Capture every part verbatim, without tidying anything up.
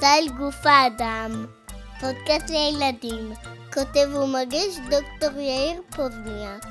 סטייל גוף האדם, פודקאסט לילדים, כותב ומגיש דוקטור יאיר פוזניאק.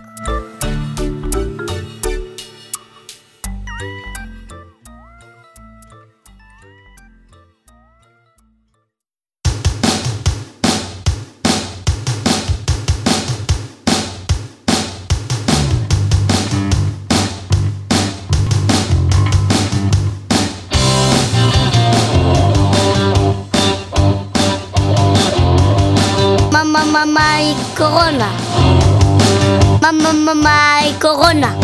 מאמא מאי קורונה, מאמא מאי קורונה,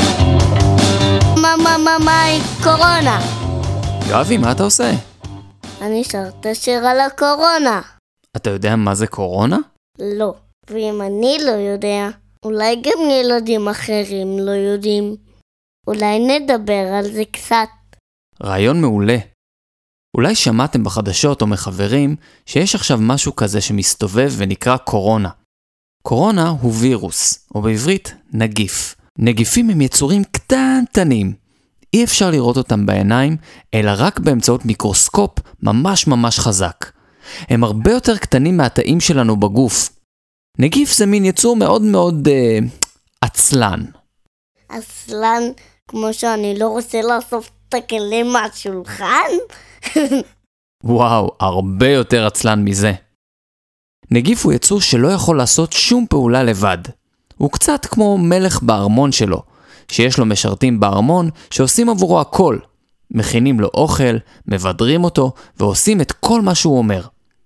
מאמא מאי קורונה. יואבי, מה אתה עושה? אני שרת שיר על הקורונה. אתה יודע מה זה קורונה? לא, ואם אני לא יודע, אולי גם ילדים אחרים לא יודעים. אולי נדבר על זה קצת. רעיון מעולה. אולי שמעתם בחדשות או מחברים שיש עכשיו משהו כזה שמסתובב ונקרא קורונה. קורונה הוא וירוס, או בעברית נגיף. נגיפים הם יצורים קטנטנים. אי אפשר לראות אותם בעיניים, אלא רק באמצעות מיקרוסקופ ממש ממש חזק. הם הרבה יותר קטנים מהתאים שלנו בגוף. נגיף זה מין יצור מאוד מאוד אה, עצלן. עצלן, כמו שאני לא רוצה לאסוף את הכלים מהשולחן? וואו, הרבה יותר עצלן מזה. נגיף הוא יצור שלא יכול לעשות שום פעולה לבד. הוא קצת כמו מלך בארמון שלו, שיש לו משרתים בארמון שעושים עבורו הכל. מכינים לו אוכל, מבדרים אותו ועושים את כל מה שהוא אומר.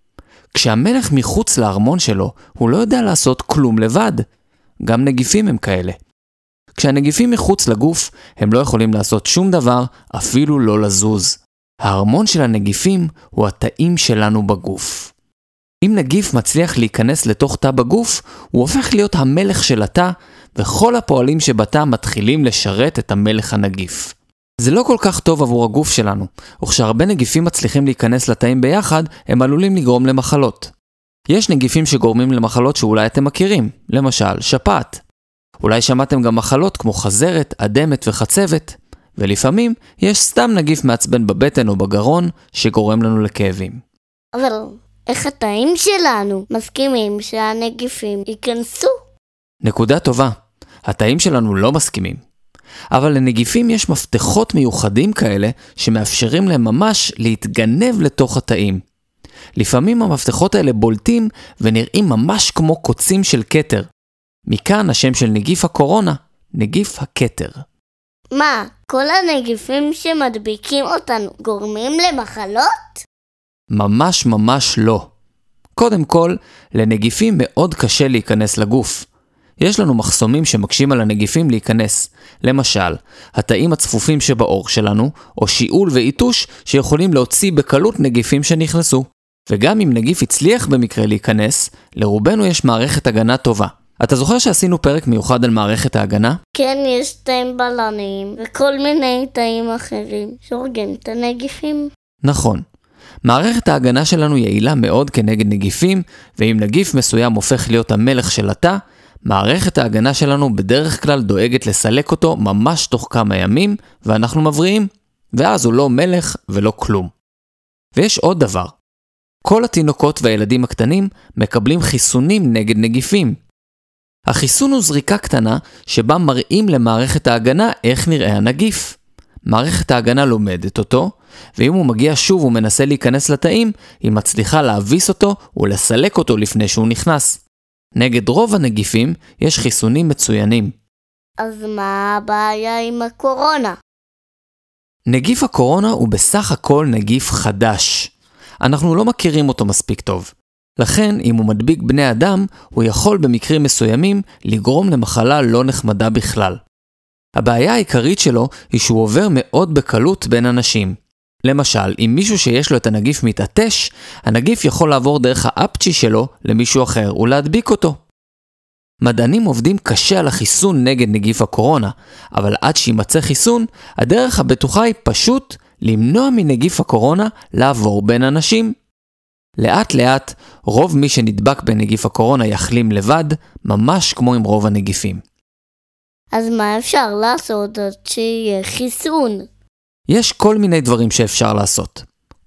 כשהמלך מחוץ לארמון שלו, הוא לא יודע לעשות כלום לבד. גם נגיפים הם כאלה. כשהנגיפים מחוץ לגוף, הם לא יכולים לעשות שום דבר, אפילו לא לזוז. הארמון של הנגיפים הוא התאים שלנו בגוף. אם נגיף מצליח להיכנס לתוך תא בגוף, הוא הופך להיות המלך של התא, וכל הפועלים שבתא מתחילים לשרת את המלך הנגיף. זה לא כל כך טוב עבור הגוף שלנו, וכשהרבה נגיפים מצליחים להיכנס לתאים ביחד, הם עלולים לגרום למחלות. יש נגיפים שגורמים למחלות שאולי אתם מכירים, למשל שפעת. אולי שמעתם גם מחלות כמו חזרת, אדמת וחצבת, ולפעמים יש סתם נגיף מעצבן בבטן או בגרון שגורם לנו לכאבים. אבל איך התאים שלנו מסכימים שהנגיפים ייכנסו? נקודה טובה. התאים שלנו לא מסכימים. אבל לנגיפים יש מפתחות מיוחדים כאלה שמאפשרים להם ממש להתגנב לתוך התאים. לפעמים המפתחות האלה בולטים ונראים ממש כמו קוצים של כתר. מכאן השם של נגיף הקורונה, נגיף הכתר. מה, כל הנגיפים שמדביקים אותנו גורמים למחלות? ממש ממש לא. קודם כל, לנגיפים מאוד קשה להיכנס לגוף. יש לנו מחסומים שמקשים על הנגיפים להיכנס. למשל, התאים הצפופים שבאור שלנו, או שיעול ואיתוש שיכולים להוציא בקלות נגיפים שנכנסו. וגם אם נגיף הצליח במקרה להיכנס, לרובנו יש מערכת הגנה טובה. אתה זוכר שעשינו פרק מיוחד על מערכת ההגנה? כן, יש תאים בלניים וכל מיני תאים אחרים שהורגים את הנגיפים. נכון. מערכת ההגנה שלנו יעילה מאוד כנגד נגיפים, ואם נגיף מסוים הופך להיות המלך של התא, מערכת ההגנה שלנו בדרך כלל דואגת לסלק אותו ממש תוך כמה ימים, ואנחנו מבריאים, ואז הוא לא מלך ולא כלום. ויש עוד דבר. כל התינוקות והילדים הקטנים מקבלים חיסונים נגד נגיפים. החיסון הוא זריקה קטנה שבה מראים למערכת ההגנה איך נראה הנגיף. מערכת ההגנה לומדת אותו, ואם הוא מגיע שוב ומנסה להיכנס לתאים, היא מצליחה להביס אותו ולסלק אותו לפני שהוא נכנס. נגד רוב הנגיפים יש חיסונים מצוינים. אז מה הבעיה עם הקורונה? נגיף הקורונה הוא בסך הכל נגיף חדש. אנחנו לא מכירים אותו מספיק טוב. לכן, אם הוא מדביק בני אדם, הוא יכול במקרים מסוימים לגרום למחלה לא נחמדה בכלל. הבעיה העיקרית שלו היא שהוא עובר מאוד בקלות בין אנשים. למשל, אם מישהו שיש לו את הנגיף מתעטש, הנגיף יכול לעבור דרך האפצ'י שלו למישהו אחר ולהדביק אותו. מדענים עובדים קשה על החיסון נגד נגיף הקורונה, אבל עד שימצא חיסון, הדרך הבטוחה היא פשוט למנוע מנגיף הקורונה לעבור בין אנשים. לאט לאט, רוב מי שנדבק בנגיף הקורונה יחלים לבד, ממש כמו עם רוב הנגיפים. אז מה אפשר לעשות עד שיהיה חיסון? יש כל מיני דברים שאפשר לעשות.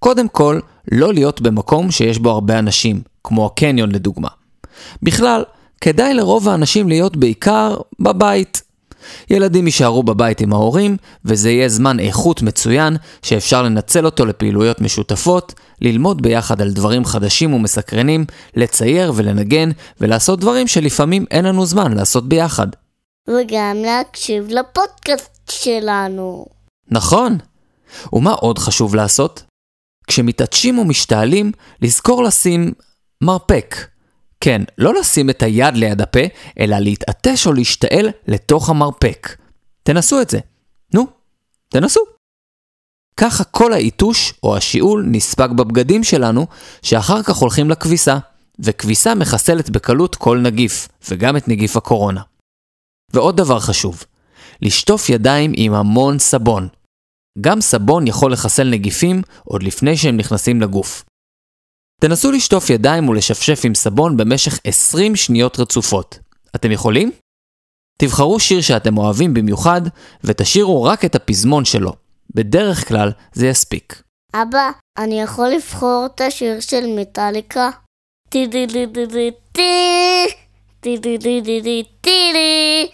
קודם כל, לא להיות במקום שיש בו הרבה אנשים, כמו הקניון לדוגמה. בכלל, כדאי לרוב האנשים להיות בעיקר בבית. ילדים יישארו בבית עם ההורים, וזה יהיה זמן איכות מצוין שאפשר לנצל אותו לפעילויות משותפות, ללמוד ביחד על דברים חדשים ומסקרנים, לצייר ולנגן ולעשות דברים שלפעמים אין לנו זמן לעשות ביחד. וגם להקשיב לפודקאסט שלנו. נכון. ומה עוד חשוב לעשות? כשמתעטשים ומשתעלים, לזכור לשים מרפק. כן, לא לשים את היד ליד הפה, אלא להתעטש או להשתעל לתוך המרפק. תנסו את זה. נו, תנסו. ככה כל העיתוש או השיעול נספג בבגדים שלנו, שאחר כך הולכים לכביסה, וכביסה מחסלת בקלות כל נגיף, וגם את נגיף הקורונה. ועוד דבר חשוב, לשטוף ידיים עם המון סבון. גם סבון יכול לחסל נגיפים עוד לפני שהם נכנסים לגוף. תנסו לשטוף ידיים ולשפשף עם סבון במשך עשרים שניות רצופות. אתם יכולים? תבחרו שיר שאתם אוהבים במיוחד ותשאירו רק את הפזמון שלו. בדרך כלל זה יספיק. אבא, אני יכול לבחור את השיר של מטאליקה? טי די די די די טי טי די די די די טי די.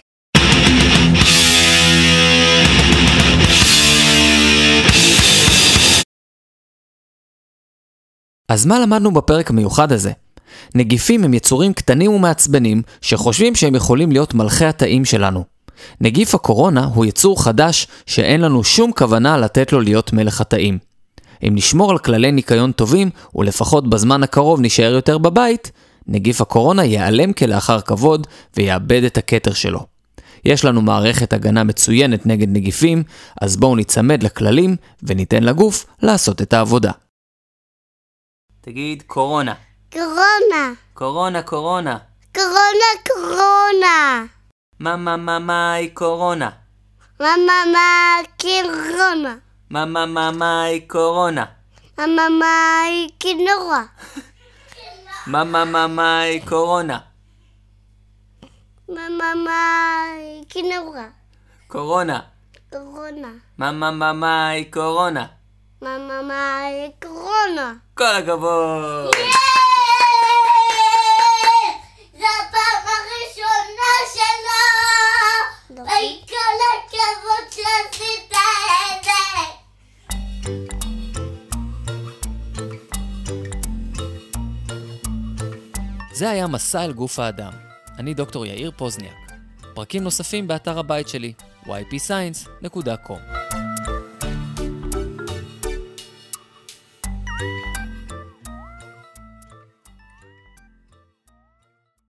אז מה למדנו בפרק המיוחד הזה? נגיפים הם יצורים קטנים ומעצבנים שחושבים שהם יכולים להיות מלכי התאים שלנו. נגיף הקורונה הוא יצור חדש שאין לנו שום כוונה לתת לו להיות מלך התאים. אם נשמור על כללי ניקיון טובים ולפחות בזמן הקרוב נשאר יותר בבית, נגיף הקורונה ייעלם כלאחר כבוד ויאבד את הכתר שלו. יש לנו מערכת הגנה מצוינת נגד נגיפים, אז בואו ניצמד לכללים וניתן לגוף לעשות את העבודה. תגיד קורונה. קורונה. קורונה, קורונה. קורונה, קורונה. מה מה מה מה היא קורונה? מה מה מה קורונה? מה מה מה מה היא קורונה? מה מה מה קינורה? מה מה מה מה היא קורונה? מה מה מה קינורה? קורונה. קורונה. מה מה מה מה היא קורונה? מה מה מה קורונה? כל הכבוד. זה הפעם הראשונה שלו, וכל הכבוד שעשית את זה. זה היה מסע אל גוף האדם. אני דוקטור יאיר פוזניאק. פרקים נוספים באתר הבית שלי, וואי פי סיינס דוט קום.